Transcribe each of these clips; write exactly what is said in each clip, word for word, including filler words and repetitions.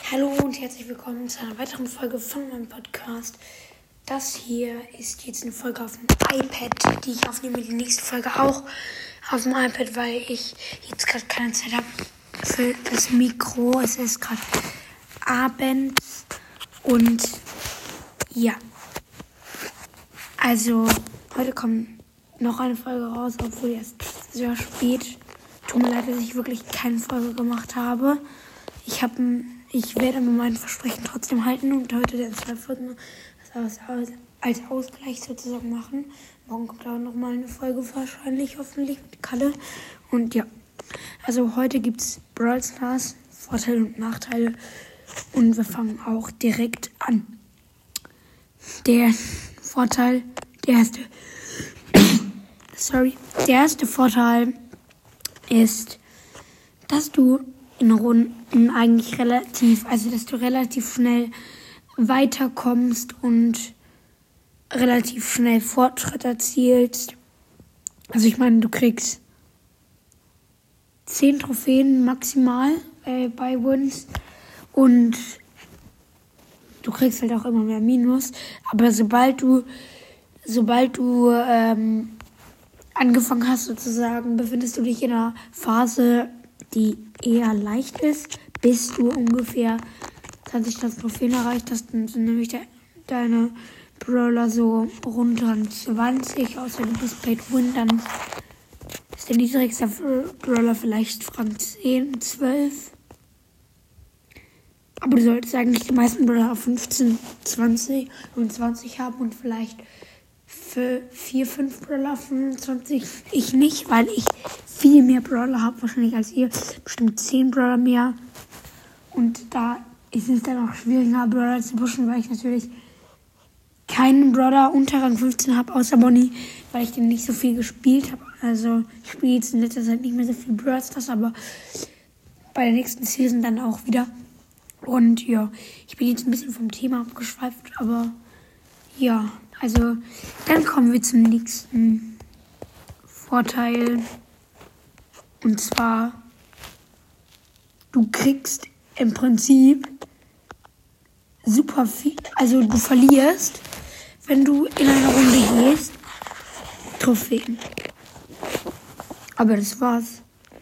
Hallo und herzlich willkommen zu einer weiteren Folge von meinem Podcast. Das hier ist jetzt eine Folge auf dem iPad, die ich aufnehme. Die nächste Folge auch auf dem iPad, weil ich jetzt gerade keine Zeit habe für das Mikro. Es ist gerade abends und ja. Also heute kommt noch eine Folge raus, obwohl erst sehr spät. Tut mir leid, dass ich wirklich keine Folge gemacht habe. Ich habe Ich werde mir mein Versprechen trotzdem halten und heute den zwei Folgen als, als Ausgleich sozusagen machen. Morgen kommt auch nochmal eine Folge wahrscheinlich, hoffentlich mit Kalle. Und ja, also heute gibt es Brawl Stars, Vorteile und Nachteile. Und wir fangen auch direkt an. Der Vorteil, der erste, sorry, der erste Vorteil ist, dass du in Runden eigentlich relativ, also dass du relativ schnell weiterkommst und relativ schnell Fortschritt erzielst. Also ich meine, du kriegst zehn Trophäen maximal äh, bei Wins und du kriegst halt auch immer mehr Minus. Aber sobald du, sobald du ähm, angefangen hast sozusagen, befindest du dich in einer Phase, die eher leicht ist, bis du ungefähr zwanzigtausend Trophäen erreicht hast. Dann sind nämlich de- deine Brawler so rund an zwanzig, außer du bist Paid Win, dann ist der niedrigste Brawler vielleicht Rang zehn, zwölf. Aber du solltest eigentlich die meisten Brawler auf fünfzehn, zwanzig und zwanzig haben und vielleicht für vier, fünf Brawler auf fünfundzwanzig. Ich nicht, weil ich viel mehr Brawler habe wahrscheinlich als ihr. Bestimmt zehn Brawler mehr. Und da ist es dann auch schwieriger, Brawler zu pushen, weil ich natürlich keinen Brawler unter Rang fünfzehn habe, außer Bonnie, weil ich den nicht so viel gespielt habe. Also ich spiele jetzt in letzter Zeit nicht mehr so viel Brawl Stars, aber bei der nächsten Season dann auch wieder. Und ja, ich bin jetzt ein bisschen vom Thema abgeschweift, aber ja, also dann kommen wir zum nächsten Vorteil. Und zwar, du kriegst im Prinzip super viel, also du verlierst, wenn du in eine Runde gehst, Trophäen. Aber das war's.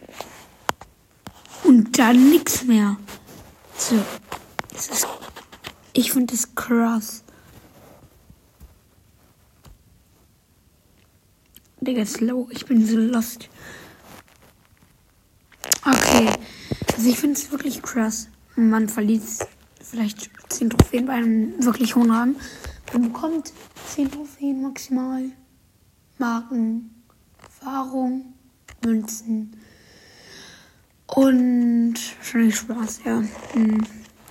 Und dann nichts mehr. So, das ist, ich finde das krass. Digga, slow, ich bin so lost. Okay, also ich finde es wirklich krass. Man verliert vielleicht zehn Trophäen bei einem wirklich hohen Rang. Man bekommt zehn Trophäen maximal. Marken, Erfahrung, Münzen und wahrscheinlich Spaß, ja. Hm.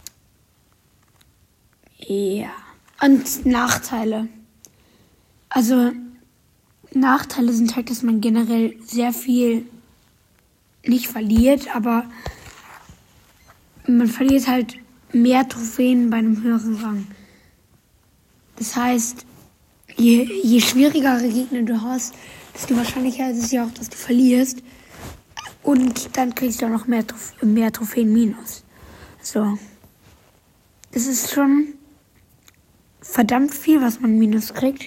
Ja. Und Nachteile. Also Nachteile sind halt, dass man generell sehr viel nicht verliert, aber man verliert halt mehr Trophäen bei einem höheren Rang. Das heißt, je, je schwierigere Gegner du hast, desto wahrscheinlicher ist es ja auch, dass du verlierst. Und dann kriegst du auch noch mehr, Trof- mehr Trophäen minus. So. Es ist schon verdammt viel, was man minus kriegt.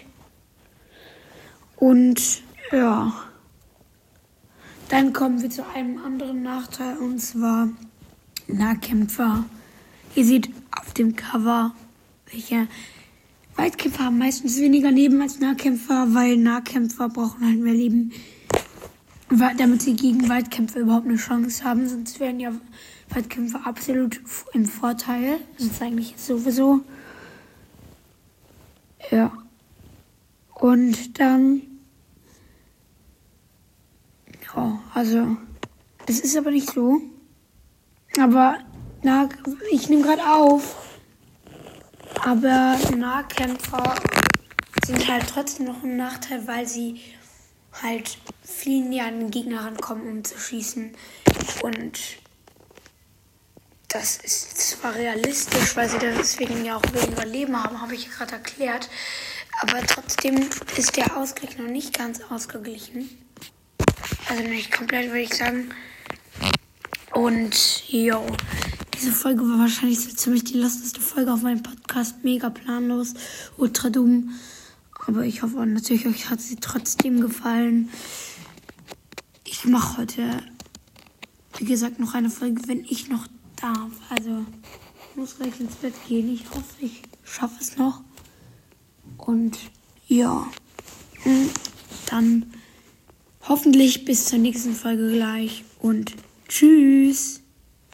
Und ja. Dann kommen wir zu einem anderen Nachteil, und zwar Nahkämpfer. Ihr seht auf dem Cover, welche Weitkämpfer haben meistens weniger Leben als Nahkämpfer, weil Nahkämpfer brauchen halt mehr Leben, damit sie gegen Weitkämpfer überhaupt eine Chance haben. Sonst wären ja Weitkämpfer absolut im Vorteil. Das ist eigentlich sowieso. Ja. Und dann ja, also, das ist aber nicht so. Aber nah, ich nehme gerade auf. Aber Nahkämpfer sind halt trotzdem noch ein Nachteil, weil sie halt viel näher an den Gegner rankommen, um zu schießen. Und das ist zwar realistisch, weil sie deswegen ja auch weniger Leben haben, habe ich ja gerade erklärt. Aber trotzdem ist der Ausgleich noch nicht ganz ausgeglichen. Also nicht komplett, würde ich sagen. Und jo, Diese Folge war wahrscheinlich so ziemlich die lusteste Folge auf meinem Podcast. Mega planlos, ultra dumm. Aber ich hoffe natürlich, euch hat sie trotzdem gefallen. Ich mache heute, wie gesagt, noch eine Folge, wenn ich noch darf. Also, ich muss gleich ins Bett gehen. Ich hoffe, ich schaffe es noch. Und ja, dann hoffentlich bis zur nächsten Folge gleich. Und tschüss.